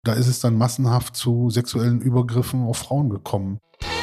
da ist es dann massenhaft zu sexuellen Übergriffen auf Frauen gekommen.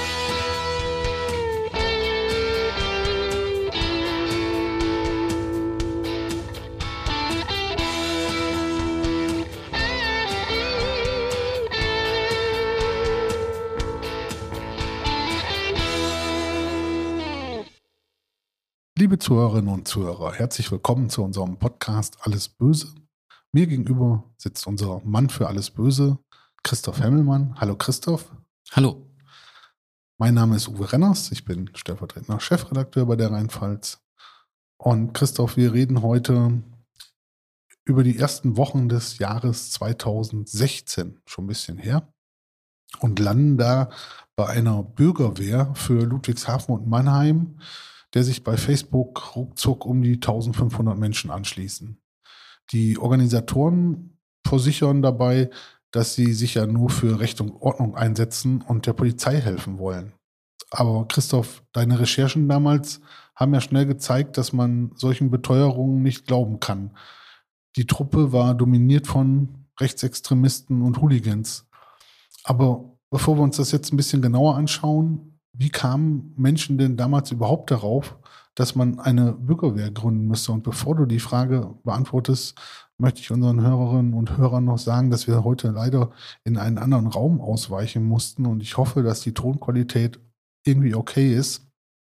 Liebe Zuhörerinnen und Zuhörer, herzlich willkommen zu unserem Podcast Alles Böse. Mir gegenüber sitzt unser Mann für alles Böse, Christoph Hemmelmann. Hallo Christoph. Hallo. Mein Name ist Uwe Renners, ich bin stellvertretender Chefredakteur bei der Rheinpfalz. Und Christoph, wir reden heute über die ersten Wochen des Jahres 2016, schon ein bisschen her, und landen da bei einer Bürgerwehr für Ludwigshafen und Mannheim, der sich bei Facebook ruckzuck um die 1500 Menschen anschließen. Die Organisatoren versichern dabei, dass sie sich ja nur für Recht und Ordnung einsetzen und der Polizei helfen wollen. Aber Christoph, deine Recherchen damals haben ja schnell gezeigt, dass man solchen Beteuerungen nicht glauben kann. Die Truppe war dominiert von Rechtsextremisten und Hooligans. Aber bevor wir uns das jetzt ein bisschen genauer anschauen, wie kamen Menschen denn damals überhaupt darauf, dass man eine Bürgerwehr gründen müsste? Und bevor du die Frage beantwortest, möchte ich unseren Hörerinnen und Hörern noch sagen, dass wir heute leider in einen anderen Raum ausweichen mussten. Und ich hoffe, dass die Tonqualität irgendwie okay ist.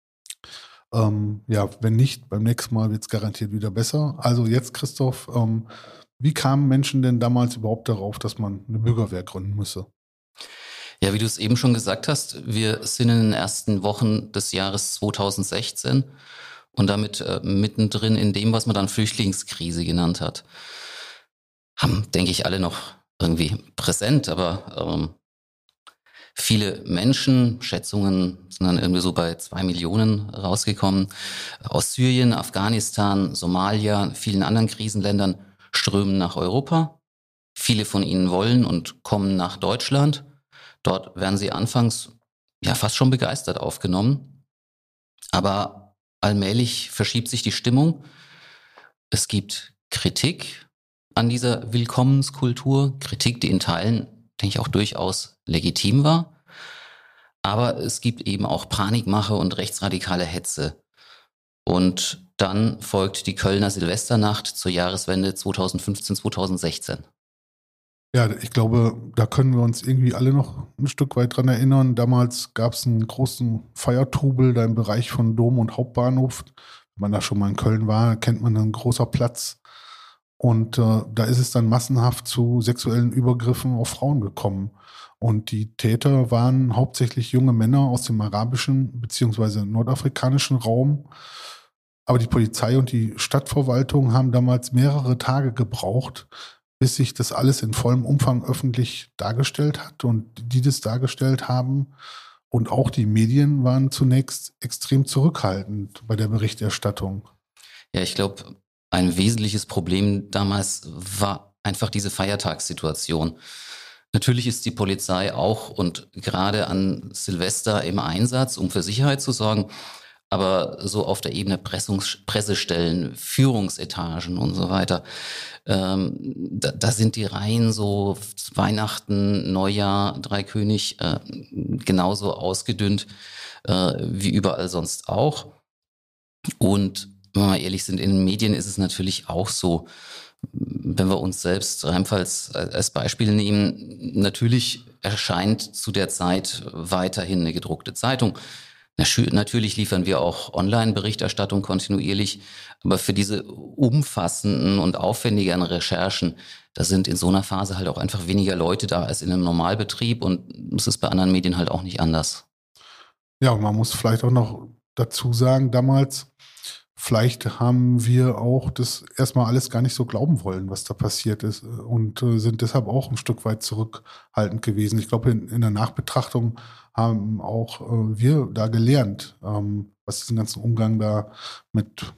Wenn nicht, beim nächsten Mal wird es garantiert wieder besser. Also jetzt, Christoph, wie kamen Menschen denn damals überhaupt darauf, dass man eine Bürgerwehr gründen müsse? Ja, wie du es eben schon gesagt hast, wir sind in den ersten Wochen des Jahres 2016 und damit mittendrin in dem, was man dann Flüchtlingskrise genannt hat. Haben, denke ich, alle noch irgendwie präsent, aber viele Menschen, Schätzungen sind dann irgendwie so bei 2 Millionen rausgekommen, aus Syrien, Afghanistan, Somalia, vielen anderen Krisenländern strömen nach Europa. Viele von ihnen wollen und kommen nach Deutschland. Dort werden sie anfangs ja fast schon begeistert aufgenommen. Aber allmählich verschiebt sich die Stimmung. Es gibt Kritik an dieser Willkommenskultur. Kritik, die in Teilen, denke ich, auch durchaus legitim war. Aber es gibt eben auch Panikmache und rechtsradikale Hetze. Und dann folgt die Kölner Silvesternacht zur Jahreswende 2015-2016. Ja, ich glaube, da können wir uns irgendwie alle noch ein Stück weit dran erinnern. Damals gab es einen großen Feiertrubel da im Bereich von Dom und Hauptbahnhof. Wenn man da schon mal in Köln war, kennt man einen großen Platz. Und da ist es dann massenhaft zu sexuellen Übergriffen auf Frauen gekommen. Und die Täter waren hauptsächlich junge Männer aus dem arabischen bzw. nordafrikanischen Raum. Aber die Polizei und die Stadtverwaltung haben damals mehrere Tage gebraucht, bis sich das alles in vollem Umfang öffentlich dargestellt hat und die das dargestellt haben. Und auch die Medien waren zunächst extrem zurückhaltend bei der Berichterstattung. Ja, ich glaube, ein wesentliches Problem damals war einfach diese Feiertagssituation. Natürlich ist die Polizei auch und gerade an Silvester im Einsatz, um für Sicherheit zu sorgen. Aber so auf der Ebene Pressestellen, Führungsetagen und so weiter, da sind die Reihen so Weihnachten, Neujahr, Dreikönig genauso ausgedünnt wie überall sonst auch. Und wenn wir mal ehrlich sind, in den Medien ist es natürlich auch so, wenn wir uns selbst Rheinpfalz als Beispiel nehmen, natürlich erscheint zu der Zeit weiterhin eine gedruckte Zeitung. Natürlich liefern wir auch Online-Berichterstattung kontinuierlich, aber für diese umfassenden und aufwendigeren Recherchen, da sind in so einer Phase halt auch einfach weniger Leute da als in einem Normalbetrieb und das ist bei anderen Medien halt auch nicht anders. Ja, und man muss vielleicht auch noch dazu sagen, damals, vielleicht haben wir auch das erstmal alles gar nicht so glauben wollen, was da passiert ist und sind deshalb auch ein Stück weit zurückhaltend gewesen. Ich glaube, in der Nachbetrachtung haben auch wir da gelernt, was diesen ganzen Umgang da mit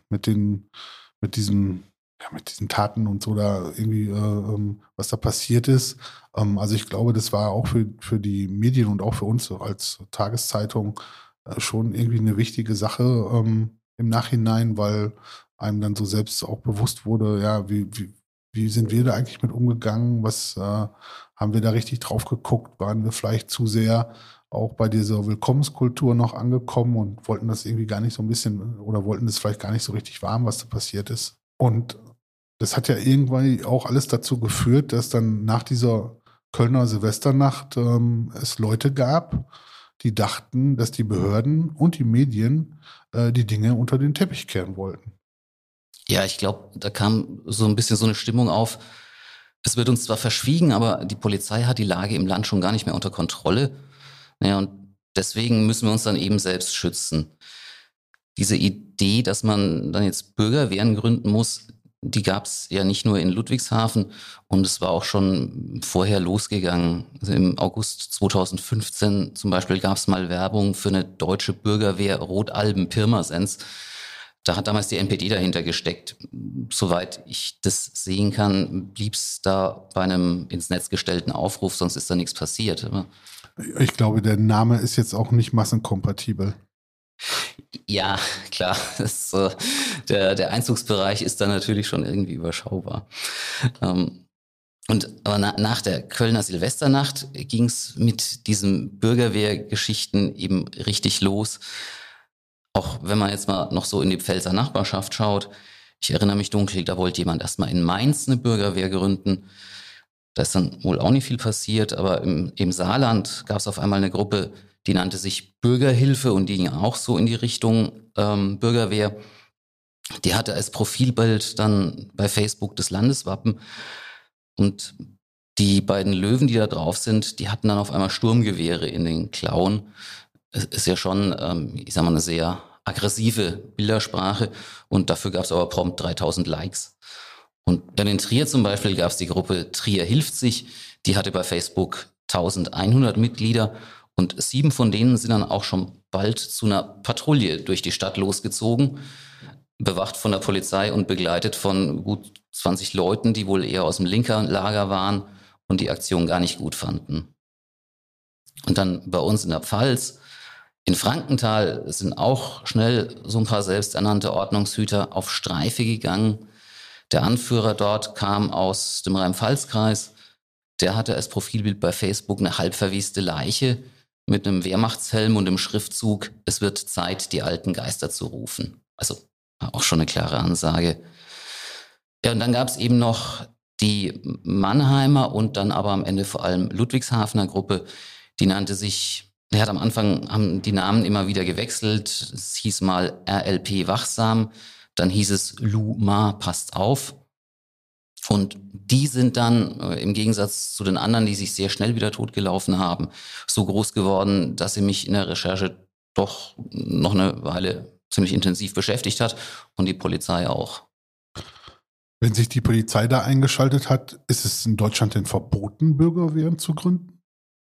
diesen Taten und so da irgendwie, was da passiert ist. Also ich glaube, das war auch für die Medien und auch für uns als Tageszeitung schon irgendwie eine wichtige Sache im Nachhinein, weil einem dann so selbst auch bewusst wurde, ja, wie Wie sind wir da eigentlich mit umgegangen? Was haben wir da richtig drauf geguckt? Waren wir vielleicht zu sehr auch bei dieser Willkommenskultur noch angekommen und wollten das irgendwie gar nicht so ein bisschen oder wollten das vielleicht gar nicht so richtig warm, was da passiert ist? Und das hat ja irgendwann auch alles dazu geführt, dass dann nach dieser Kölner Silvesternacht es Leute gab, die dachten, dass die Behörden und die Medien die Dinge unter den Teppich kehren wollten. Ja, ich glaube, da kam so ein bisschen so eine Stimmung auf. Es wird uns zwar verschwiegen, aber die Polizei hat die Lage im Land schon gar nicht mehr unter Kontrolle. Naja, und deswegen müssen wir uns dann eben selbst schützen. Diese Idee, dass man dann jetzt Bürgerwehren gründen muss, die gab es ja nicht nur in Ludwigshafen und es war auch schon vorher losgegangen. Also im August 2015 zum Beispiel gab es mal Werbung für eine deutsche Bürgerwehr Rotalben-Pirmasens. Da hat damals die NPD dahinter gesteckt. Soweit ich das sehen kann, blieb es da bei einem ins Netz gestellten Aufruf, sonst ist da nichts passiert. Ich glaube, der Name ist jetzt auch nicht massenkompatibel. Ja, klar. Der Einzugsbereich ist dann natürlich schon irgendwie überschaubar. Aber nach der Kölner Silvesternacht ging es mit diesen Bürgerwehrgeschichten eben richtig los. Auch wenn man jetzt mal noch so in die Pfälzer Nachbarschaft schaut. Ich erinnere mich dunkel, da wollte jemand erstmal in Mainz eine Bürgerwehr gründen. Da ist dann wohl auch nicht viel passiert, aber im Saarland gab es auf einmal eine Gruppe, die nannte sich Bürgerhilfe und die ging auch so in die Richtung Bürgerwehr. Die hatte als Profilbild dann bei Facebook das Landeswappen und die beiden Löwen, die da drauf sind, die hatten dann auf einmal Sturmgewehre in den Klauen. Es ist ja schon, ich sag mal, eine sehr aggressive Bildersprache und dafür gab es aber prompt 3000 Likes. Und dann in Trier zum Beispiel gab es die Gruppe Trier hilft sich, die hatte bei Facebook 1100 Mitglieder und 7 von denen sind dann auch schon bald zu einer Patrouille durch die Stadt losgezogen, bewacht von der Polizei und begleitet von gut 20 Leuten, die wohl eher aus dem linken Lager waren und die Aktion gar nicht gut fanden. Und dann bei uns in der Pfalz, in Frankenthal sind auch schnell so ein paar selbsternannte Ordnungshüter auf Streife gegangen. Der Anführer dort kam aus dem Rhein-Pfalz-Kreis. Der hatte als Profilbild bei Facebook eine halbverweste Leiche mit einem Wehrmachtshelm und dem Schriftzug, es wird Zeit, die alten Geister zu rufen. Also auch schon eine klare Ansage. Ja, und dann gab es eben noch die Mannheimer und dann aber am Ende vor allem Ludwigshafener Gruppe, die nannte sich, der hat am Anfang, haben die Namen immer wieder gewechselt. Es hieß mal RLP Wachsam, dann hieß es Lu-Ma passt auf. Und die sind dann im Gegensatz zu den anderen, die sich sehr schnell wieder totgelaufen haben, so groß geworden, dass sie mich in der Recherche doch noch eine Weile ziemlich intensiv beschäftigt hat und die Polizei auch. Wenn sich die Polizei da eingeschaltet hat, ist es in Deutschland denn verboten, Bürgerwehren zu gründen?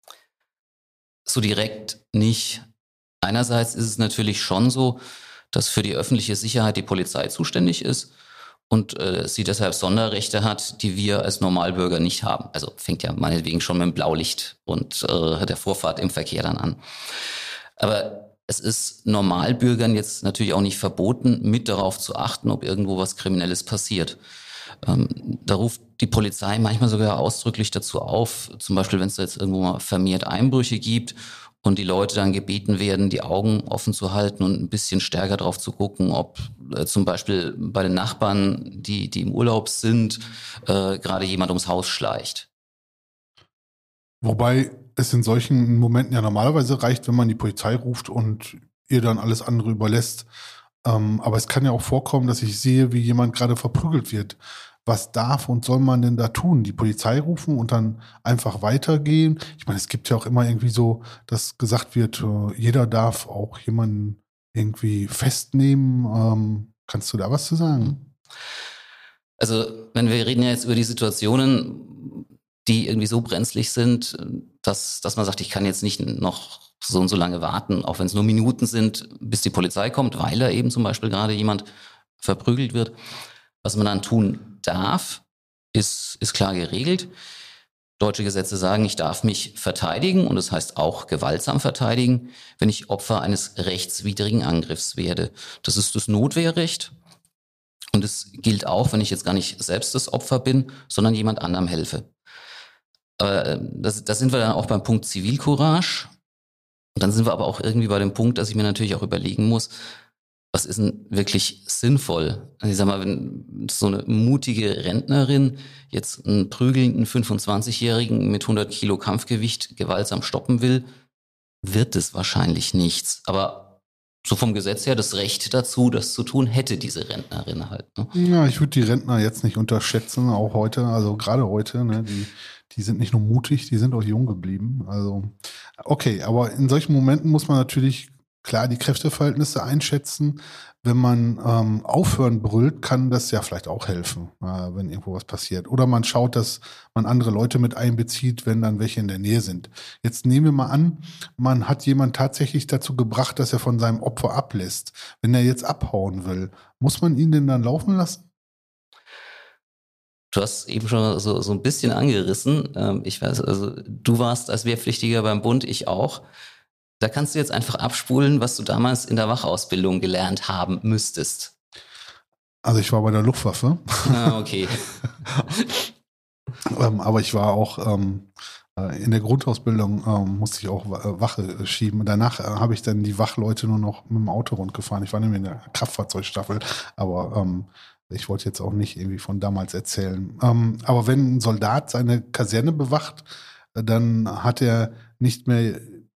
So direkt nicht. Einerseits ist es natürlich schon so, dass für die öffentliche Sicherheit die Polizei zuständig ist und sie deshalb Sonderrechte hat, die wir als Normalbürger nicht haben. Also fängt ja meinetwegen schon mit dem Blaulicht und der Vorfahrt im Verkehr dann an. Aber es ist Normalbürgern jetzt natürlich auch nicht verboten, mit darauf zu achten, ob irgendwo was Kriminelles passiert. Da ruft die Polizei manchmal sogar ausdrücklich dazu auf, zum Beispiel wenn es da jetzt irgendwo mal vermehrt Einbrüche gibt und die Leute dann gebeten werden, die Augen offen zu halten und ein bisschen stärker drauf zu gucken, ob zum Beispiel bei den Nachbarn, die im Urlaub sind, gerade jemand ums Haus schleicht. Wobei es in solchen Momenten ja normalerweise reicht, wenn man die Polizei ruft und ihr dann alles andere überlässt. Aber es kann ja auch vorkommen, dass ich sehe, wie jemand gerade verprügelt wird. Was darf und soll man denn da tun? Die Polizei rufen und dann einfach weitergehen? Ich meine, es gibt ja auch immer irgendwie so, dass gesagt wird, jeder darf auch jemanden irgendwie festnehmen. Kannst du da was zu sagen? Also, wenn wir reden ja jetzt über die Situationen, die irgendwie so brenzlig sind, dass man sagt, ich kann jetzt nicht noch so und so lange warten, auch wenn es nur Minuten sind, bis die Polizei kommt, weil da eben zum Beispiel gerade jemand verprügelt wird. Was man dann tun darf, ist klar geregelt. Deutsche Gesetze sagen, ich darf mich verteidigen und das heißt auch gewaltsam verteidigen, wenn ich Opfer eines rechtswidrigen Angriffs werde. Das ist das Notwehrrecht. Und es gilt auch, wenn ich jetzt gar nicht selbst das Opfer bin, sondern jemand anderem helfe. Da sind wir dann auch beim Punkt Zivilcourage. Und dann sind wir aber auch irgendwie bei dem Punkt, dass ich mir natürlich auch überlegen muss, was ist denn wirklich sinnvoll? Also ich sag mal, wenn so eine mutige Rentnerin jetzt einen prügelnden 25-Jährigen mit 100 Kilo Kampfgewicht gewaltsam stoppen will, wird es wahrscheinlich nichts. Aber so vom Gesetz her das Recht dazu, das zu tun, hätte diese Rentnerin halt. Ne? Ja, ich würde die Rentner jetzt nicht unterschätzen, auch heute, also gerade heute, ne, die sind nicht nur mutig, die sind auch jung geblieben. Also, okay, aber in solchen Momenten muss man natürlich klar die Kräfteverhältnisse einschätzen. Wenn man aufhören brüllt, kann das ja vielleicht auch helfen, wenn irgendwo was passiert. Oder man schaut, dass man andere Leute mit einbezieht, wenn dann welche in der Nähe sind. Jetzt nehmen wir mal an, man hat jemand tatsächlich dazu gebracht, dass er von seinem Opfer ablässt. Wenn er jetzt abhauen will, muss man ihn denn dann laufen lassen? Du hast eben schon so ein bisschen angerissen. Ich weiß, also du warst als Wehrpflichtiger beim Bund, ich auch. Da kannst du jetzt einfach abspulen, was du damals in der Wachausbildung gelernt haben müsstest. Also ich war bei der Luftwaffe. Ah, okay. Aber ich war auch in der Grundausbildung musste ich auch Wache schieben. Danach habe ich dann die Wachleute nur noch mit dem Auto rundgefahren. Ich war nämlich in der Kraftfahrzeugstaffel, aber ich wollte jetzt auch nicht irgendwie von damals erzählen. Aber wenn ein Soldat seine Kaserne bewacht, dann hat er nicht mehr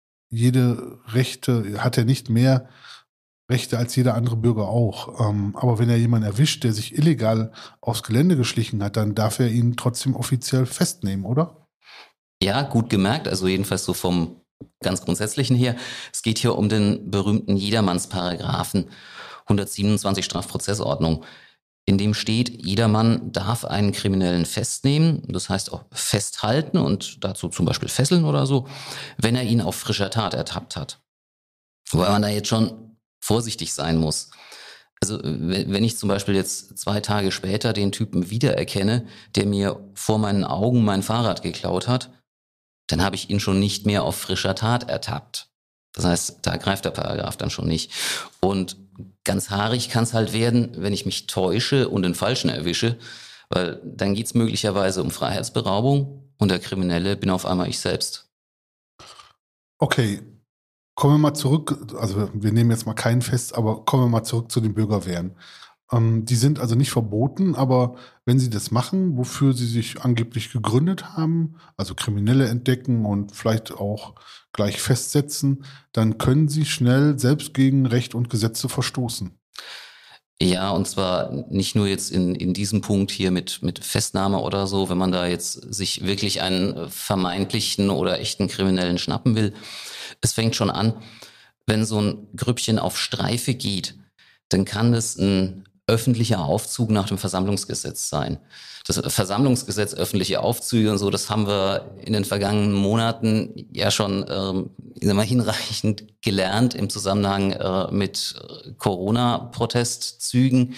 hat er nicht mehr Rechte als jeder andere Bürger auch. Aber wenn er jemanden erwischt, der sich illegal aufs Gelände geschlichen hat, dann darf er ihn trotzdem offiziell festnehmen, oder? Ja, gut gemerkt. Also jedenfalls so vom ganz Grundsätzlichen her. Es geht hier um den berühmten Jedermannsparagraphen 127 Strafprozessordnung. In dem steht, jedermann darf einen Kriminellen festnehmen, das heißt auch festhalten und dazu zum Beispiel fesseln oder so, wenn er ihn auf frischer Tat ertappt hat. Wobei man da jetzt schon vorsichtig sein muss. Also wenn ich zum Beispiel jetzt 2 Tage später den Typen wiedererkenne, der mir vor meinen Augen mein Fahrrad geklaut hat, dann habe ich ihn schon nicht mehr auf frischer Tat ertappt. Das heißt, da greift der Paragraph dann schon nicht. Und ganz haarig kann es halt werden, wenn ich mich täusche und den Falschen erwische, weil dann geht es möglicherweise um Freiheitsberaubung und der Kriminelle bin auf einmal ich selbst. Okay, kommen wir mal zurück, also wir nehmen jetzt mal keinen fest, aber kommen wir mal zurück zu den Bürgerwehren. Die sind also nicht verboten, aber wenn sie das machen, wofür sie sich angeblich gegründet haben, also Kriminelle entdecken und vielleicht auch gleich festsetzen, dann können sie schnell selbst gegen Recht und Gesetze verstoßen. Ja, und zwar nicht nur jetzt in diesem Punkt hier mit Festnahme oder so, wenn man da jetzt sich wirklich einen vermeintlichen oder echten Kriminellen schnappen will. Es fängt schon an, wenn so ein Grüppchen auf Streife geht, dann kann das ein öffentlicher Aufzug nach dem Versammlungsgesetz sein. Das Versammlungsgesetz, öffentliche Aufzüge und so, das haben wir in den vergangenen Monaten ja schon hinreichend gelernt im Zusammenhang mit Corona-Protestzügen,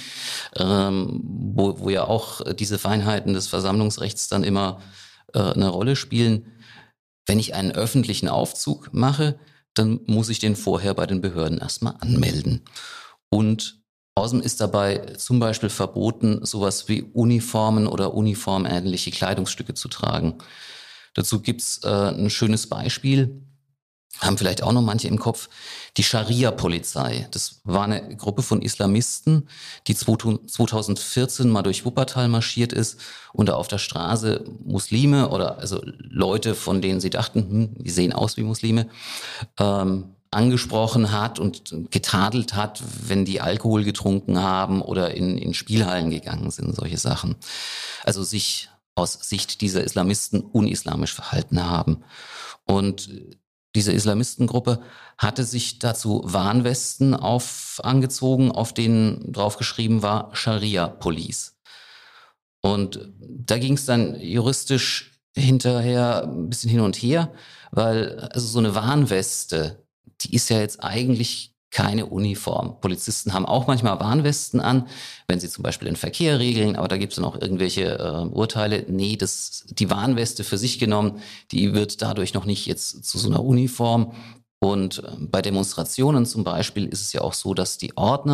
wo ja auch diese Feinheiten des Versammlungsrechts dann immer eine Rolle spielen. Wenn ich einen öffentlichen Aufzug mache, dann muss ich den vorher bei den Behörden erstmal anmelden. Und außerdem ist dabei zum Beispiel verboten, sowas wie Uniformen oder uniformähnliche Kleidungsstücke zu tragen. Dazu gibt's ein schönes Beispiel, haben vielleicht auch noch manche im Kopf, die Scharia-Polizei. Das war eine Gruppe von Islamisten, die 2014 mal durch Wuppertal marschiert ist und da auf der Straße Muslime oder also Leute, von denen sie dachten, die sehen aus wie Muslime, angesprochen hat und getadelt hat, wenn die Alkohol getrunken haben oder in Spielhallen gegangen sind, solche Sachen. Also sich aus Sicht dieser Islamisten unislamisch verhalten haben. Und diese Islamistengruppe hatte sich dazu Warnwesten angezogen, auf denen drauf geschrieben war Scharia Police. Und da ging es dann juristisch hinterher ein bisschen hin und her, weil also so eine Warnweste, die ist ja jetzt eigentlich keine Uniform. Polizisten haben auch manchmal Warnwesten an, wenn sie zum Beispiel den Verkehr regeln, aber da gibt es dann auch irgendwelche Urteile. Nee, die Warnweste für sich genommen, die wird dadurch noch nicht jetzt zu so einer Uniform. Und bei Demonstrationen zum Beispiel ist es ja auch so, dass die Ordner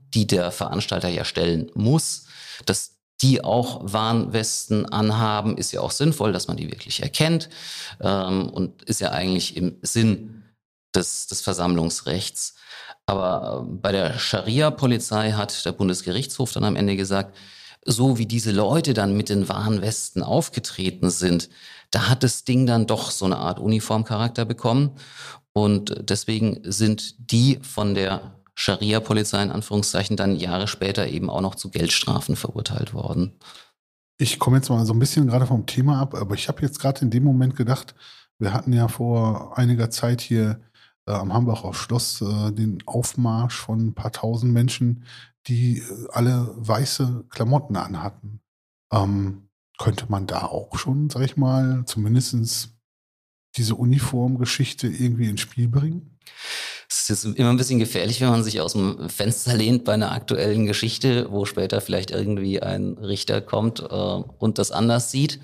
die der Veranstalter ja stellen muss, dass die auch Warnwesten anhaben, ist ja auch sinnvoll, dass man die wirklich erkennt, und ist ja eigentlich im Sinn des Versammlungsrechts. Aber bei der Scharia-Polizei hat der Bundesgerichtshof dann am Ende gesagt, so wie diese Leute dann mit den Warnwesten aufgetreten sind, da hat das Ding dann doch so eine Art Uniformcharakter bekommen. Und deswegen sind die von der Scharia-Polizei in Anführungszeichen dann Jahre später eben auch noch zu Geldstrafen verurteilt worden. Ich komme jetzt mal so ein bisschen gerade vom Thema ab, aber ich habe jetzt gerade in dem Moment gedacht, wir hatten ja vor einiger Zeit hier am Hambacher Schloss den Aufmarsch von ein paar tausend Menschen, die alle weiße Klamotten anhatten. Könnte man da auch schon, sag ich mal, zumindest diese Uniformgeschichte irgendwie ins Spiel bringen? Es ist jetzt immer ein bisschen gefährlich, wenn man sich aus dem Fenster lehnt bei einer aktuellen Geschichte, wo später vielleicht irgendwie ein Richter kommt und das anders sieht.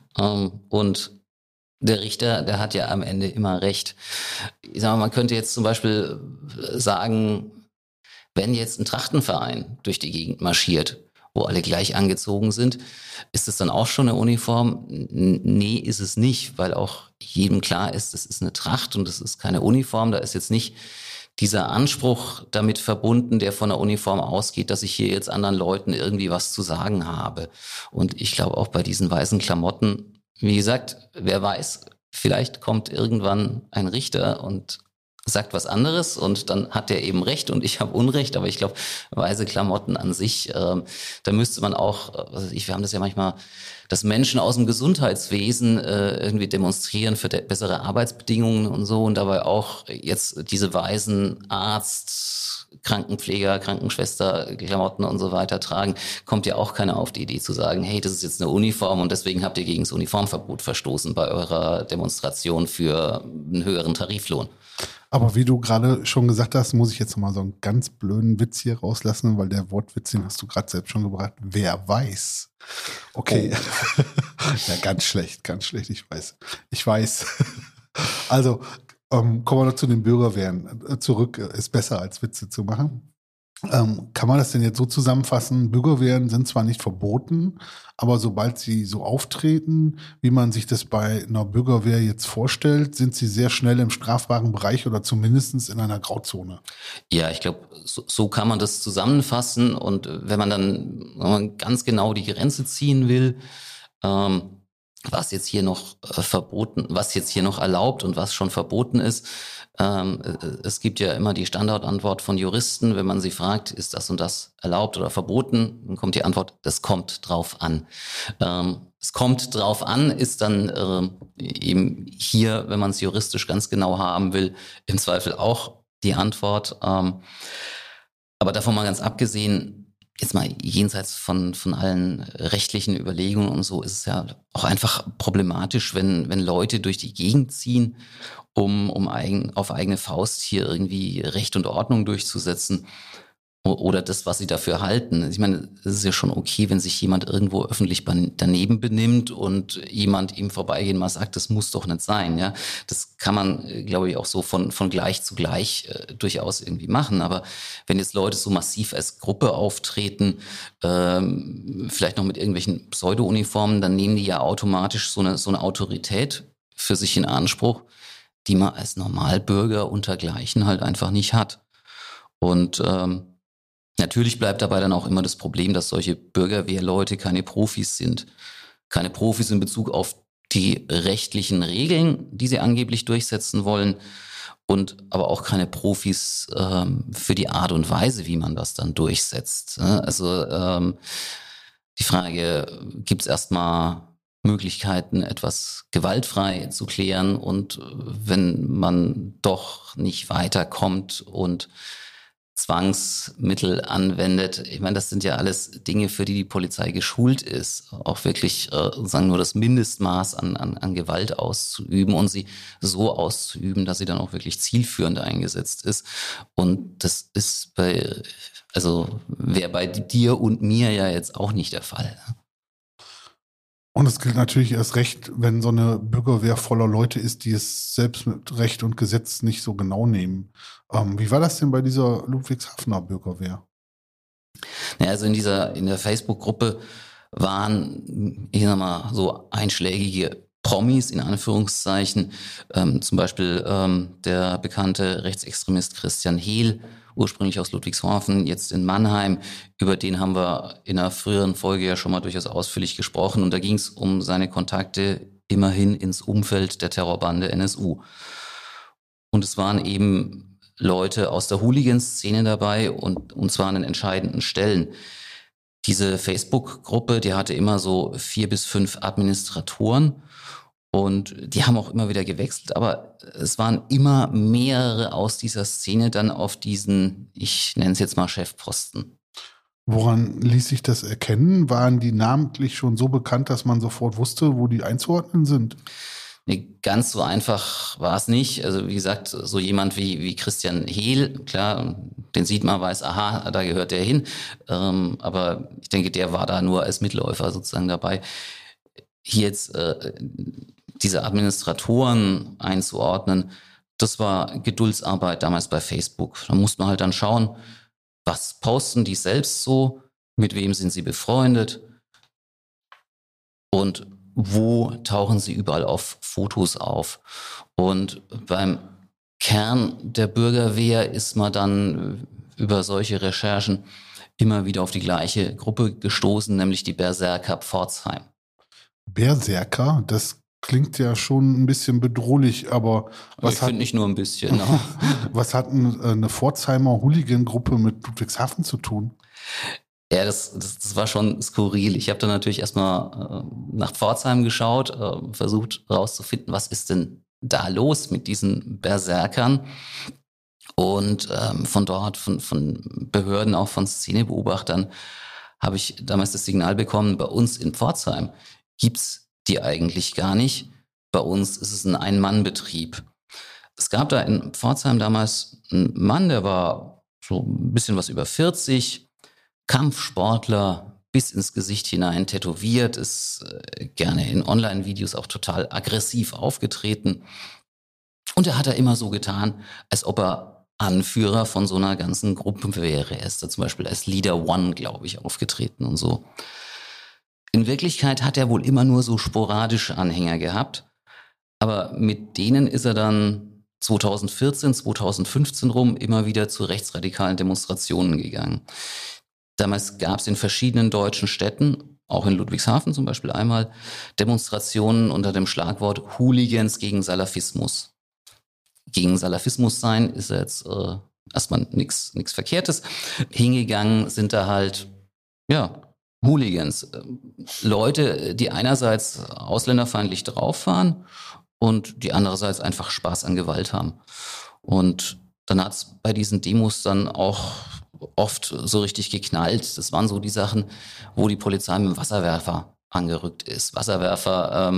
Und der Richter, der hat ja am Ende immer recht. Ich sag mal, man könnte jetzt zum Beispiel sagen, wenn jetzt ein Trachtenverein durch die Gegend marschiert, wo alle gleich angezogen sind, ist es dann auch schon eine Uniform? Nee, ist es nicht, weil auch jedem klar ist, das ist eine Tracht und das ist keine Uniform. Da ist jetzt nicht dieser Anspruch damit verbunden, der von der Uniform ausgeht, dass ich hier jetzt anderen Leuten irgendwie was zu sagen habe. Und ich glaube auch bei diesen weißen Klamotten, wie gesagt, wer weiß, vielleicht kommt irgendwann ein Richter und sagt was anderes und dann hat der eben recht und ich habe Unrecht, aber ich glaube, weiße Klamotten an sich, da müsste man auch, wir haben das ja manchmal, dass Menschen aus dem Gesundheitswesen irgendwie demonstrieren für bessere Arbeitsbedingungen und so und dabei auch jetzt diese weißen Arzt, Krankenpfleger, Krankenschwester, Klamotten und so weiter tragen, kommt ja auch keiner auf die Idee zu sagen, hey, das ist jetzt eine Uniform und deswegen habt ihr gegen das Uniformverbot verstoßen bei eurer Demonstration für einen höheren Tariflohn. Aber wie du gerade schon gesagt hast, muss ich jetzt noch mal so einen ganz blöden Witz hier rauslassen, weil der Wortwitz, den hast du gerade selbst schon gebracht. Wer weiß? Okay. Oh. Ja, ganz schlecht, ich weiß. Ich weiß. Also, kommen wir noch zu den Bürgerwehren zurück. Ist besser, als Witze zu machen. Kann man das denn jetzt so zusammenfassen? Bürgerwehren sind zwar nicht verboten, aber sobald sie so auftreten, wie man sich das bei einer Bürgerwehr jetzt vorstellt, sind sie sehr schnell im strafbaren Bereich oder zumindest in einer Grauzone. Ja, ich glaube, so kann man das zusammenfassen. Und wenn man dann ganz genau die Grenze ziehen will, was jetzt hier noch verboten, was jetzt hier noch erlaubt und was schon verboten ist. Es gibt ja immer die Standardantwort von Juristen, wenn man sie fragt, ist das und das erlaubt oder verboten, dann kommt die Antwort, das kommt drauf an. Es kommt drauf an, ist dann eben hier, wenn man es juristisch ganz genau haben will, im Zweifel auch die Antwort. Aber davon mal ganz abgesehen, jetzt mal jenseits von allen rechtlichen Überlegungen und so, ist es ja auch einfach problematisch, wenn Leute durch die Gegend ziehen, um auf eigene Faust hier irgendwie Recht und Ordnung durchzusetzen oder das, was sie dafür halten. Ich meine, es ist ja schon okay, wenn sich jemand irgendwo öffentlich daneben benimmt und jemand ihm vorbeigehen mal sagt, das muss doch nicht sein. Ja, das kann man, glaube ich, auch so von gleich zu gleich durchaus irgendwie machen. Aber wenn jetzt Leute so massiv als Gruppe auftreten, vielleicht noch mit irgendwelchen Pseudo-Uniformen, dann nehmen die ja automatisch so eine Autorität für sich in Anspruch, die man als Normalbürger untergleichen halt einfach nicht hat. Und natürlich bleibt dabei dann auch immer das Problem, dass solche Bürgerwehrleute keine Profis sind. Keine Profis in Bezug auf die rechtlichen Regeln, die sie angeblich durchsetzen wollen, und aber auch keine Profis für die Art und Weise, wie man das dann durchsetzt. Also die Frage, gibt es erstmal Möglichkeiten, etwas gewaltfrei zu klären, und wenn man doch nicht weiterkommt und Zwangsmittel anwendet. Ich meine, das sind ja alles Dinge, für die Polizei geschult ist, auch wirklich sozusagen nur das Mindestmaß an Gewalt auszuüben und sie so auszuüben, dass sie dann auch wirklich zielführend eingesetzt ist. Und das ist wäre bei dir und mir ja jetzt auch nicht der Fall. Und es gilt natürlich erst recht, wenn so eine Bürgerwehr voller Leute ist, die es selbst mit Recht und Gesetz nicht so genau nehmen. Wie war das denn bei dieser Ludwigshafener Bürgerwehr? Ja, also in der Facebook-Gruppe waren, ich sag mal, so einschlägige Promis in Anführungszeichen, zum Beispiel der bekannte Rechtsextremist Christian Hehl, ursprünglich aus Ludwigshafen, jetzt in Mannheim. Über den haben wir in einer früheren Folge ja schon mal durchaus ausführlich gesprochen. Und da ging es um seine Kontakte immerhin ins Umfeld der Terrorbande NSU. Und es waren eben Leute aus der Hooligan-Szene dabei und zwar an den entscheidenden Stellen. Diese Facebook-Gruppe, die hatte immer so 4 bis 5 Administratoren und die haben auch immer wieder gewechselt, aber es waren immer mehrere aus dieser Szene dann auf diesen, ich nenne es jetzt mal Chefposten. Woran ließ sich das erkennen? Waren die namentlich schon so bekannt, dass man sofort wusste, wo die einzuordnen sind? Nee, ganz so einfach war es nicht. Also wie gesagt, so jemand wie Christian Hehl, klar, den sieht man, weiß, aha, da gehört der hin. Aber ich denke, der war da nur als Mitläufer sozusagen dabei. Hier jetzt diese Administratoren einzuordnen, das war Geduldsarbeit damals bei Facebook. Da musste man halt dann schauen, was posten die selbst so, mit wem sind sie befreundet und wo tauchen sie überall auf Fotos auf. Und beim Kern der Bürgerwehr ist man dann über solche Recherchen immer wieder auf die gleiche Gruppe gestoßen, nämlich die Berserker Pforzheim. Berserker, das klingt ja schon ein bisschen bedrohlich, aber ich finde nicht nur ein bisschen. Ne? Was hat eine Pforzheimer Hooligan-Gruppe mit Ludwigshafen zu tun? Ja, das war schon skurril. Ich habe dann natürlich erstmal nach Pforzheim geschaut, versucht herauszufinden, was ist denn da los mit diesen Berserkern. Und von dort, von Behörden, auch von Szenebeobachtern, habe ich damals das Signal bekommen, bei uns in Pforzheim gibt's die eigentlich gar nicht. Bei uns ist es ein Ein-Mann-Betrieb. Es gab da in Pforzheim damals einen Mann, der war so ein bisschen was über 40, Kampfsportler, bis ins Gesicht hinein tätowiert, ist gerne in Online-Videos auch total aggressiv aufgetreten. Und er hat da immer so getan, als ob er Anführer von so einer ganzen Gruppe wäre. Er ist da zum Beispiel als Leader One, glaube ich, aufgetreten und so. In Wirklichkeit hat er wohl immer nur so sporadische Anhänger gehabt, aber mit denen ist er dann 2014, 2015 rum immer wieder zu rechtsradikalen Demonstrationen gegangen. Damals gab es in verschiedenen deutschen Städten, auch in Ludwigshafen zum Beispiel einmal, Demonstrationen unter dem Schlagwort Hooligans gegen Salafismus. Gegen Salafismus sein ist ja jetzt erstmal nichts Verkehrtes. Hingegangen sind da halt, ja, Hooligans. Leute, die einerseits ausländerfeindlich drauf waren und die andererseits einfach Spaß an Gewalt haben. Und dann hat es bei diesen Demos dann auch oft so richtig geknallt. Das waren so die Sachen, wo die Polizei mit dem Wasserwerfer angerückt ist. Wasserwerfer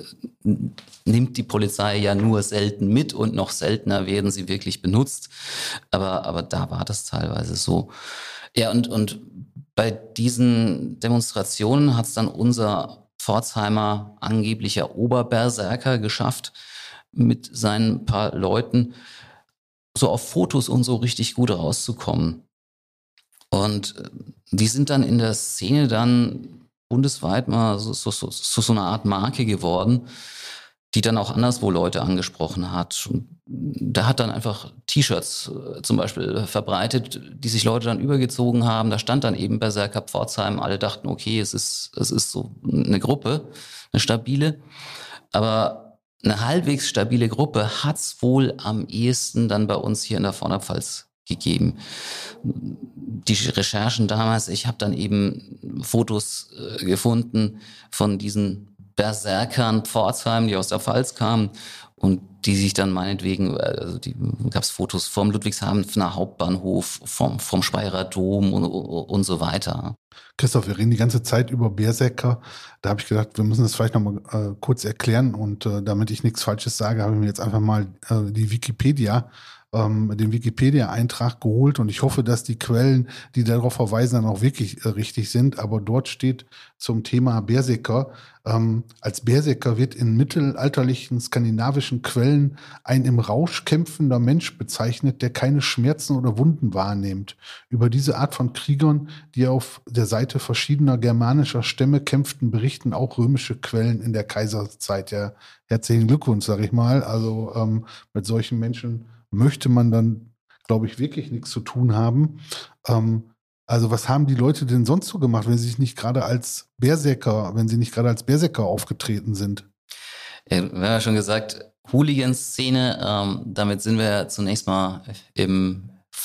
nimmt die Polizei ja nur selten mit und noch seltener werden sie wirklich benutzt. Aber da war das teilweise so. Ja, und bei diesen Demonstrationen hat es dann unser Pforzheimer angeblicher Oberberserker geschafft, mit seinen paar Leuten so auf Fotos und so richtig gut rauszukommen. Und die sind dann in der Szene dann bundesweit mal so eine Art Marke geworden, die dann auch anderswo Leute angesprochen hat. Und da hat dann einfach T-Shirts zum Beispiel verbreitet, die sich Leute dann übergezogen haben. Da stand dann eben Berserker Pforzheim. Alle dachten, okay, es ist so eine Gruppe, eine stabile. Aber eine halbwegs stabile Gruppe hat's wohl am ehesten dann bei uns hier in der Vorderpfalz gegeben. Die Recherchen damals, ich habe dann eben Fotos gefunden von diesen Berserkern Pforzheim, die aus der Pfalz kamen und die sich dann meinetwegen, also gab es Fotos vom Ludwigshafener Hauptbahnhof, vom Speyerer Dom und so weiter. Christoph, wir reden die ganze Zeit über Berserker. Da habe ich gedacht, wir müssen das vielleicht nochmal kurz erklären und damit ich nichts Falsches sage, habe ich mir jetzt einfach mal die Wikipedia den Wikipedia-Eintrag geholt und ich hoffe, dass die Quellen, die darauf verweisen, dann auch wirklich richtig sind. Aber dort steht zum Thema Berserker, als Berserker wird in mittelalterlichen skandinavischen Quellen ein im Rausch kämpfender Mensch bezeichnet, der keine Schmerzen oder Wunden wahrnimmt. Über diese Art von Kriegern, die auf der Seite verschiedener germanischer Stämme kämpften, berichten auch römische Quellen in der Kaiserzeit. Ja, herzlichen Glückwunsch, sag ich mal. Also mit solchen Menschen möchte man dann, glaube ich, wirklich nichts zu tun haben. Also was haben die Leute denn sonst so gemacht, wenn sie sich nicht gerade als Berserker, wenn sie nicht gerade als Berserker aufgetreten sind? Wir haben ja schon gesagt, Hooligan-Szene, damit sind wir zunächst mal im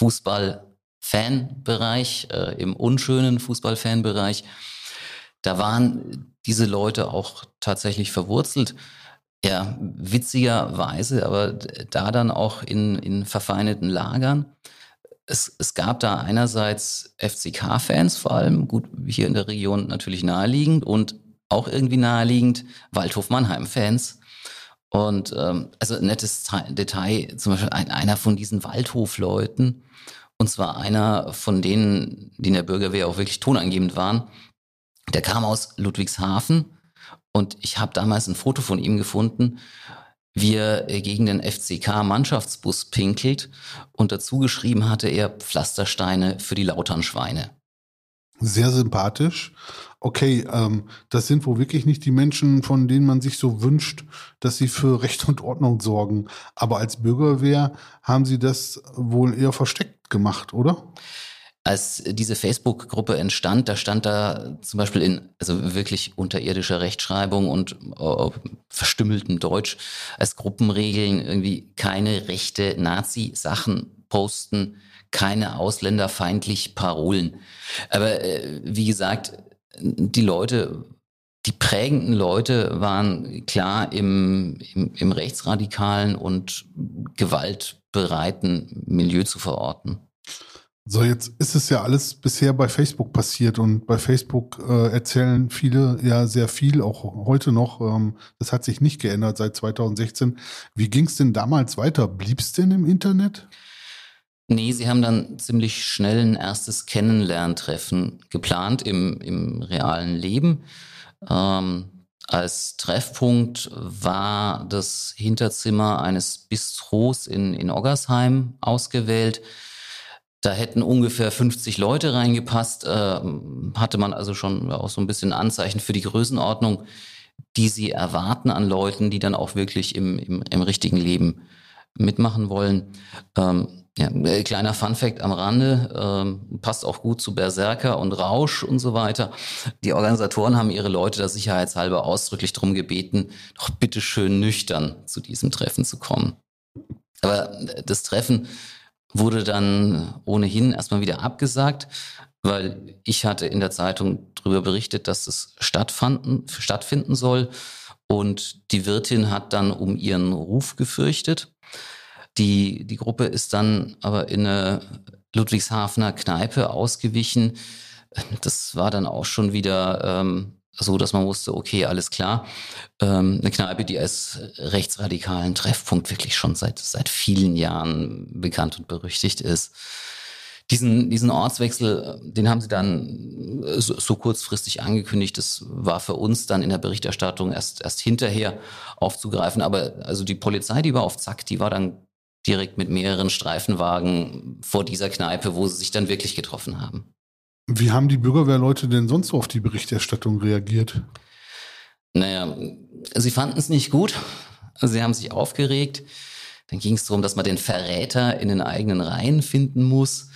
Fußball-Fan-Bereich, im unschönen Fußball-Fan-Bereich. Da waren diese Leute auch tatsächlich verwurzelt. Ja, witzigerweise, aber da dann auch in verfeindeten Lagern. Es gab da einerseits FCK-Fans, vor allem, gut, hier in der Region natürlich naheliegend und auch irgendwie naheliegend Waldhof Mannheim-Fans. Und also ein nettes Detail, zum Beispiel einer von diesen Waldhof-Leuten, und zwar einer von denen, die in der Bürgerwehr auch wirklich tonangebend waren, der kam aus Ludwigshafen und ich habe damals ein Foto von ihm gefunden, wie er gegen den FCK-Mannschaftsbus pinkelt und dazu geschrieben hatte er Pflastersteine für die Lauternschweine. Sehr sympathisch. Okay, das sind wohl wirklich nicht die Menschen, von denen man sich so wünscht, dass sie für Recht und Ordnung sorgen. Aber als Bürgerwehr haben sie das wohl eher versteckt gemacht, oder? Als diese Facebook-Gruppe entstand, da stand da zum Beispiel also wirklich unterirdischer Rechtschreibung und verstümmeltem Deutsch als Gruppenregeln irgendwie keine rechte Nazi-Sachen posten, keine ausländerfeindlich Parolen. Aber wie gesagt, die prägenden Leute waren klar im rechtsradikalen und gewaltbereiten Milieu zu verorten. So, jetzt ist es ja alles bisher bei Facebook passiert und bei Facebook erzählen viele ja sehr viel, auch heute noch. Das hat sich nicht geändert seit 2016. Wie ging es denn damals weiter? Blieb es denn im Internet? Nee, sie haben dann ziemlich schnell ein erstes Kennenlerntreffen geplant im realen Leben. Als Treffpunkt war das Hinterzimmer eines Bistros in Oggersheim ausgewählt. Da hätten ungefähr 50 Leute reingepasst, hatte man also schon auch so ein bisschen Anzeichen für die Größenordnung, die sie erwarten an Leuten, die dann auch wirklich im richtigen Leben mitmachen wollen. Ja, kleiner Funfact am Rande, passt auch gut zu Berserker und Rausch und so weiter. Die Organisatoren haben ihre Leute da sicherheitshalber ausdrücklich darum gebeten, doch bitte schön nüchtern zu diesem Treffen zu kommen. Aber das Treffen wurde dann ohnehin erstmal wieder abgesagt, weil ich hatte in der Zeitung darüber berichtet, dass es stattfinden soll. Und die Wirtin hat dann um ihren Ruf gefürchtet. Die Gruppe ist dann aber in eine Ludwigshafener Kneipe ausgewichen. Das war dann auch schon wieder so, dass man wusste, okay, alles klar. Eine Kneipe, die als rechtsradikalen Treffpunkt wirklich schon seit vielen Jahren bekannt und berüchtigt ist. Diesen Ortswechsel, den haben sie dann so kurzfristig angekündigt. Das war für uns dann in der Berichterstattung erst hinterher aufzugreifen. Aber also die Polizei, die war auf Zack, die war dann direkt mit mehreren Streifenwagen vor dieser Kneipe, wo sie sich dann wirklich getroffen haben. Wie haben die Bürgerwehrleute denn sonst so auf die Berichterstattung reagiert? Naja, sie fanden es nicht gut. Sie haben sich aufgeregt. Dann ging es darum, dass man den Verräter in den eigenen Reihen finden muss.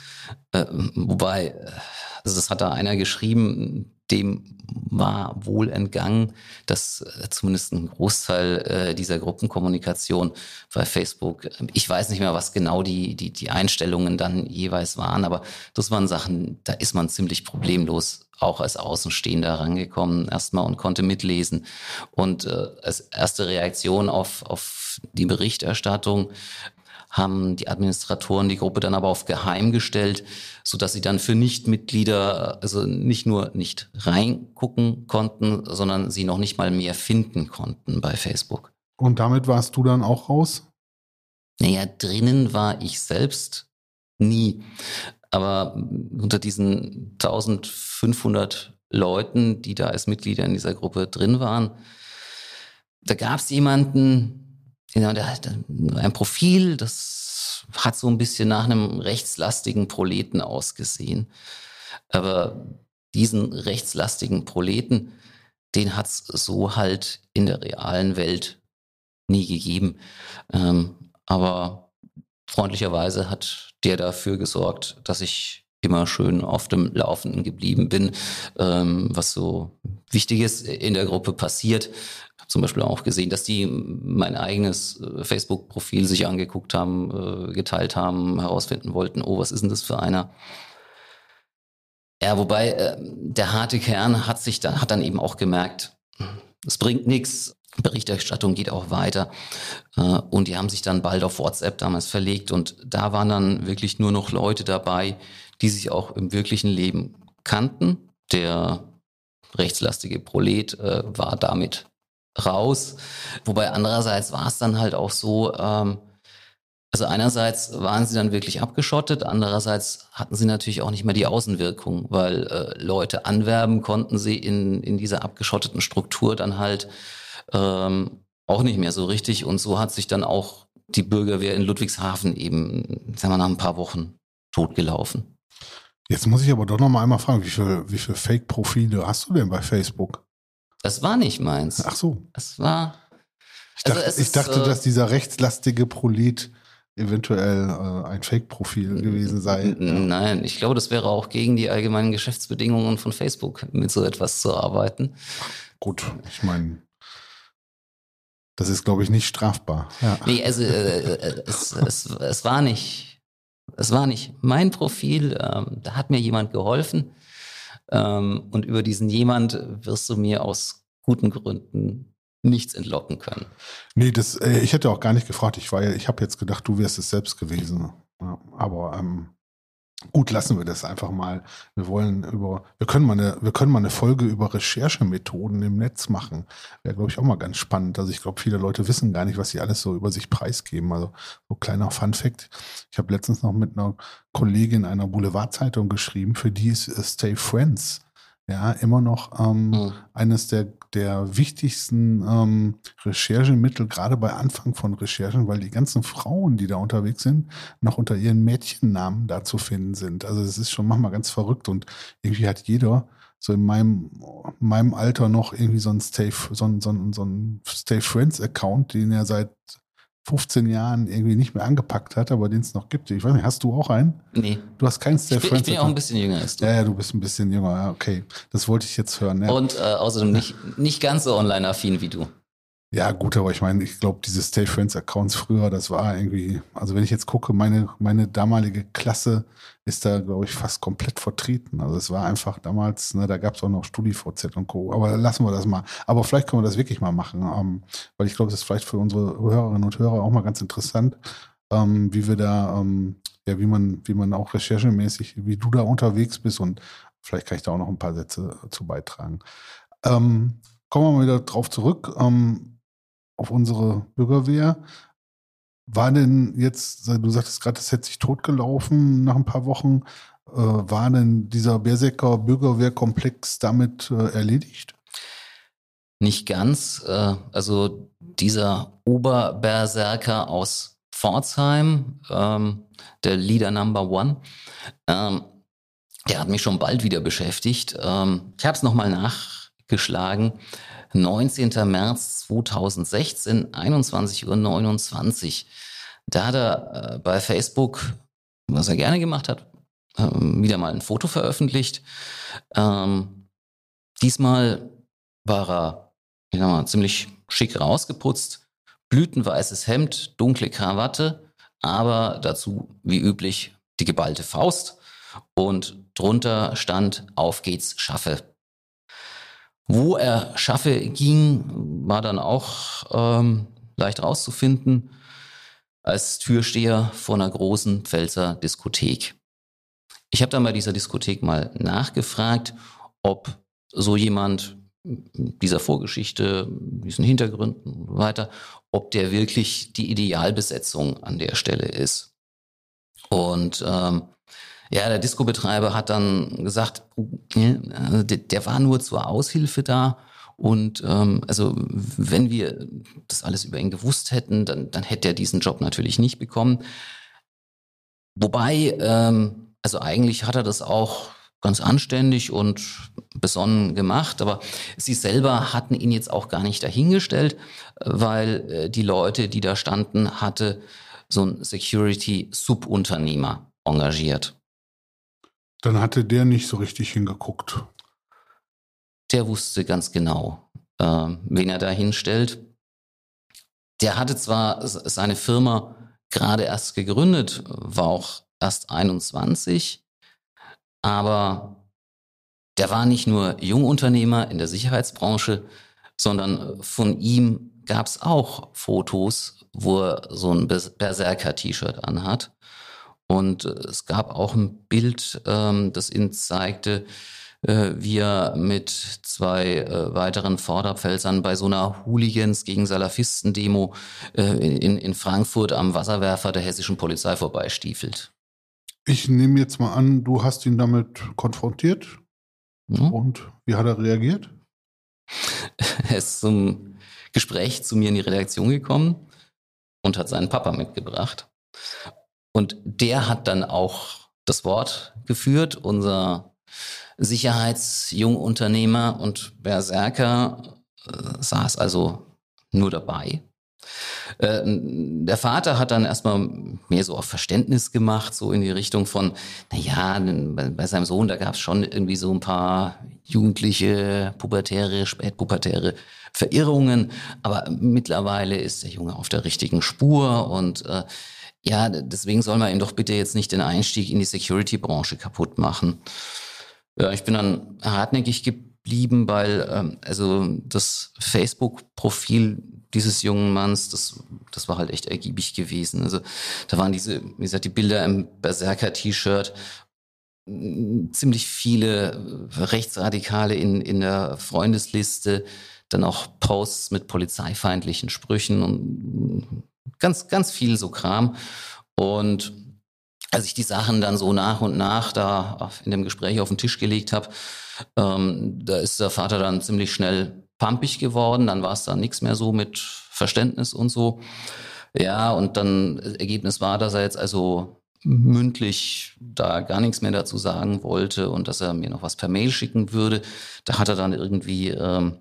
Wobei, also das hat da einer geschrieben, dem war wohl entgangen, dass zumindest ein Großteil dieser Gruppenkommunikation bei Facebook, ich weiß nicht mehr, was genau die Einstellungen dann jeweils waren, aber das waren Sachen, da ist man ziemlich problemlos auch als Außenstehender rangekommen erstmal und konnte mitlesen. Und als erste Reaktion auf die Berichterstattung haben die Administratoren die Gruppe dann aber auf geheim gestellt, sodass sie dann für Nichtmitglieder also nicht nur nicht reingucken konnten, sondern sie noch nicht mal mehr finden konnten bei Facebook. Und damit warst du dann auch raus? Naja, drinnen war ich selbst nie. Aber unter diesen 1500 Leuten, die da als Mitglieder in dieser Gruppe drin waren, da gab es jemanden, der hatte ein Profil, das hat so ein bisschen nach einem rechtslastigen Proleten ausgesehen. Aber diesen rechtslastigen Proleten, den hat es so halt in der realen Welt nie gegeben. Aber freundlicherweise hat der dafür gesorgt, dass ich immer schön auf dem Laufenden geblieben bin, was so Wichtiges in der Gruppe passiert. Ich habe zum Beispiel auch gesehen, dass die mein eigenes Facebook-Profil sich angeguckt haben, geteilt haben, herausfinden wollten, oh, was ist denn das für einer? Ja, wobei der harte Kern hat dann eben auch gemerkt, es bringt nichts, Berichterstattung geht auch weiter. Und die haben sich dann bald auf WhatsApp damals verlegt und da waren dann wirklich nur noch Leute dabei, die sich auch im wirklichen Leben kannten. Der rechtslastige Prolet war damit raus. Wobei andererseits war es dann halt auch so, also einerseits waren sie dann wirklich abgeschottet, andererseits hatten sie natürlich auch nicht mehr die Außenwirkung, weil Leute anwerben konnten sie in dieser abgeschotteten Struktur dann halt auch nicht mehr so richtig. Und so hat sich dann auch die Bürgerwehr in Ludwigshafen eben, sagen wir, nach ein paar Wochen totgelaufen. Jetzt muss ich aber doch noch mal einmal fragen, wie viel Fake-Profile hast du denn bei Facebook? Das war nicht meins. Ach so. Es war... Ich dachte, dass dieser rechtslastige Prolet eventuell ein Fake-Profil gewesen sei. Nein, ich glaube, das wäre auch gegen die allgemeinen Geschäftsbedingungen von Facebook, mit so etwas zu arbeiten. Gut, ich meine, das ist, glaube ich, nicht strafbar. Ja. Nee, also es war nicht mein Profil. Da hat mir jemand geholfen. Und über diesen jemand wirst du mir aus guten Gründen nichts entlocken können. Nee, ich hätte auch gar nicht gefragt. Ich habe jetzt gedacht, du wärst es selbst gewesen. Ja, aber gut, lassen wir das einfach mal. Wir können mal eine Folge über Recherchemethoden im Netz machen. Wäre, glaube ich, auch mal ganz spannend. Also ich glaube, viele Leute wissen gar nicht, was sie alles so über sich preisgeben. Also so kleiner Fun-Fact. Ich habe letztens noch mit einer Kollegin einer Boulevardzeitung geschrieben, für die ist Stay Friends ja immer noch eines der wichtigsten Recherchemittel, gerade bei Anfang von Recherchen, weil die ganzen Frauen, die da unterwegs sind, noch unter ihren Mädchennamen da zu finden sind. Also es ist schon manchmal ganz verrückt und irgendwie hat jeder so in meinem Alter noch irgendwie so ein Stay Friends Account, den er seit 15 Jahren irgendwie nicht mehr angepackt hat, aber den es noch gibt. Ich weiß nicht, hast du auch einen? Nee. Du hast keinen Stay Friends? Ich bin ja auch ein bisschen jünger als du. Ja, du bist ein bisschen jünger, ja, okay. Das wollte ich jetzt hören. Ja. Und außerdem nicht ganz so online-affin wie du. Ja, gut, aber ich meine, ich glaube, diese Stay Friends Accounts früher, das war irgendwie, also wenn ich jetzt gucke, meine damalige Klasse ist da, glaube ich, fast komplett vertreten. Also es war einfach damals, da gab es auch noch StudiVZ und Co. Aber lassen wir das mal. Aber vielleicht können wir das wirklich mal machen, weil ich glaube, das ist vielleicht für unsere Hörerinnen und Hörer auch mal ganz interessant, wie wir da, wie man auch recherchemäßig, wie du da unterwegs bist und vielleicht kann ich da auch noch ein paar Sätze zu beitragen. Kommen wir mal wieder drauf zurück. Auf unsere Bürgerwehr. War denn jetzt, du sagtest gerade, das hätte sich totgelaufen nach ein paar Wochen, war denn dieser Berserker Bürgerwehrkomplex damit erledigt? Nicht ganz. Also dieser Oberberserker aus Pforzheim, der Leader Number One, der hat mich schon bald wieder beschäftigt. Ich habe es nochmal nachgeschlagen. 19. März 2016, 21:29 Uhr. Da hat er bei Facebook, was er gerne gemacht hat, wieder mal ein Foto veröffentlicht. Diesmal war er, ich sag mal, ziemlich schick rausgeputzt. Blütenweißes Hemd, dunkle Krawatte, aber dazu wie üblich die geballte Faust. Und drunter stand, auf geht's, schaffe. Wo er schaffe ging, war dann auch leicht rauszufinden, als Türsteher vor einer großen Pfälzer Diskothek. Ich habe dann bei dieser Diskothek mal nachgefragt, ob so jemand dieser Vorgeschichte, diesen Hintergründen und so weiter, ob der wirklich die Idealbesetzung an der Stelle ist. Und der Disco-Betreiber hat dann gesagt, der war nur zur Aushilfe da. Und also wenn wir das alles über ihn gewusst hätten, dann hätte er diesen Job natürlich nicht bekommen. Wobei, also eigentlich hat er das auch ganz anständig und besonnen gemacht, aber sie selber hatten ihn jetzt auch gar nicht dahingestellt, weil die Leute, die da standen, hatte so ein Security-Subunternehmer engagiert. Dann hatte der nicht so richtig hingeguckt. Der wusste ganz genau, wen er da hinstellt. Der hatte zwar seine Firma gerade erst gegründet, war auch erst 21, aber der war nicht nur Jungunternehmer in der Sicherheitsbranche, sondern von ihm gab es auch Fotos, wo er so ein Berserker-T-Shirt anhat. Und es gab auch ein Bild, das ihn zeigte, wie er mit zwei weiteren Vorderpfälzern bei so einer Hooligans gegen Salafisten-Demo in Frankfurt am Wasserwerfer der hessischen Polizei vorbeistiefelt. Ich nehme jetzt mal an, du hast ihn damit konfrontiert. Ja. Und wie hat er reagiert? Er ist zum Gespräch zu mir in die Redaktion gekommen und hat seinen Papa mitgebracht. Und der hat dann auch das Wort geführt, unser Sicherheitsjungunternehmer und Berserker saß also nur dabei. Der Vater hat dann erstmal mehr so auf Verständnis gemacht, so in die Richtung von, bei seinem Sohn, da gab es schon irgendwie so ein paar jugendliche, pubertäre, spätpubertäre Verirrungen, aber mittlerweile ist der Junge auf der richtigen Spur und deswegen soll man ihm doch bitte jetzt nicht den Einstieg in die Security-Branche kaputt machen. Ja, ich bin dann hartnäckig geblieben, weil das Facebook-Profil dieses jungen Manns, das war halt echt ergiebig gewesen. Also da waren diese, wie gesagt, die Bilder im Berserker-T-Shirt, ziemlich viele Rechtsradikale in der Freundesliste, dann auch Posts mit polizeifeindlichen Sprüchen und ganz, ganz viel so Kram. Und als ich die Sachen dann so nach und nach da in dem Gespräch auf den Tisch gelegt habe, da ist der Vater dann ziemlich schnell pampig geworden. Dann war es dann nichts mehr so mit Verständnis und so. Ja, und dann Ergebnis war, dass er jetzt also mündlich da gar nichts mehr dazu sagen wollte und dass er mir noch was per Mail schicken würde. Da hat er dann irgendwie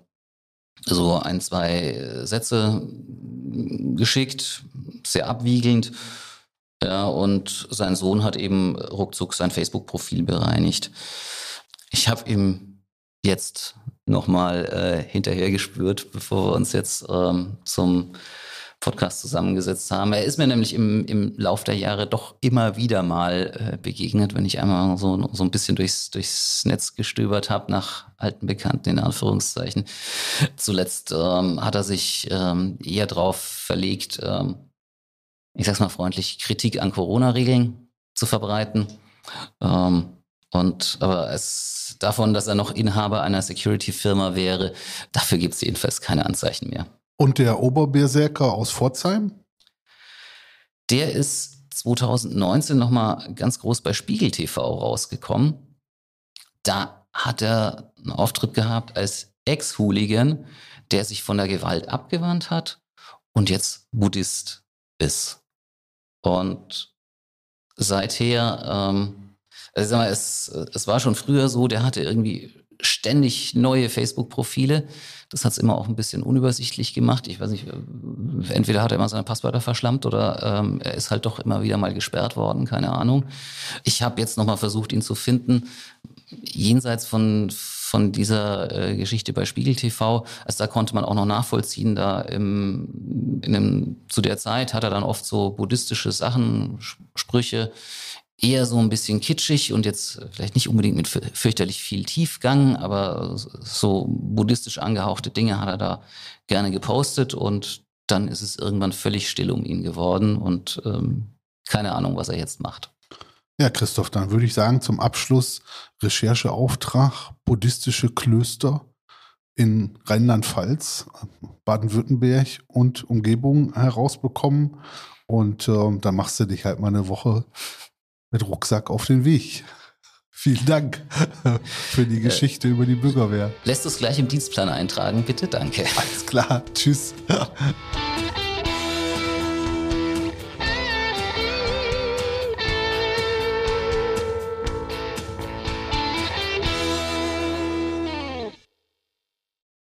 so 1, 2 Sätze geschickt, sehr abwiegelnd. Ja, und sein Sohn hat eben ruckzuck sein Facebook-Profil bereinigt. Ich habe ihm jetzt nochmal hinterher gespürt, bevor wir uns jetzt zum Podcast zusammengesetzt haben. Er ist mir nämlich im Lauf der Jahre doch immer wieder mal begegnet, wenn ich einmal so ein bisschen durchs Netz gestöbert habe nach alten Bekannten in Anführungszeichen. Zuletzt hat er sich eher drauf verlegt, ich sag's mal freundlich, Kritik an Corona-Regeln zu verbreiten. Aber davon, dass er noch Inhaber einer Security-Firma wäre, dafür gibt es jedenfalls keine Anzeichen mehr. Und der Oberberserker aus Pforzheim? Der ist 2019 nochmal ganz groß bei Spiegel TV rausgekommen. Da hat er einen Auftritt gehabt als Ex-Hooligan, der sich von der Gewalt abgewandt hat und jetzt Buddhist ist. Und seither, ich sag mal, es war schon früher so, der hatte irgendwie ständig neue Facebook-Profile. Das hat es immer auch ein bisschen unübersichtlich gemacht. Ich weiß nicht, entweder hat er immer seine Passwörter verschlammt oder er ist halt doch immer wieder mal gesperrt worden, keine Ahnung. Ich habe jetzt nochmal versucht, ihn zu finden, jenseits von dieser Geschichte bei Spiegel TV. Also da konnte man auch noch nachvollziehen, zu der Zeit hat er dann oft so buddhistische Sachen, Sprüche, eher so ein bisschen kitschig und jetzt vielleicht nicht unbedingt mit fürchterlich viel Tiefgang, aber so buddhistisch angehauchte Dinge hat er da gerne gepostet und dann ist es irgendwann völlig still um ihn geworden und keine Ahnung, was er jetzt macht. Ja, Christoph, dann würde ich sagen, zum Abschluss Rechercheauftrag, buddhistische Klöster. in Rheinland-Pfalz, Baden-Württemberg und Umgebung herausbekommen. Und dann machst du dich halt mal eine Woche mit Rucksack auf den Weg. Vielen Dank für die Geschichte über die Bürgerwehr. Lässt du es gleich im Dienstplan eintragen, bitte? Danke. Alles klar, tschüss.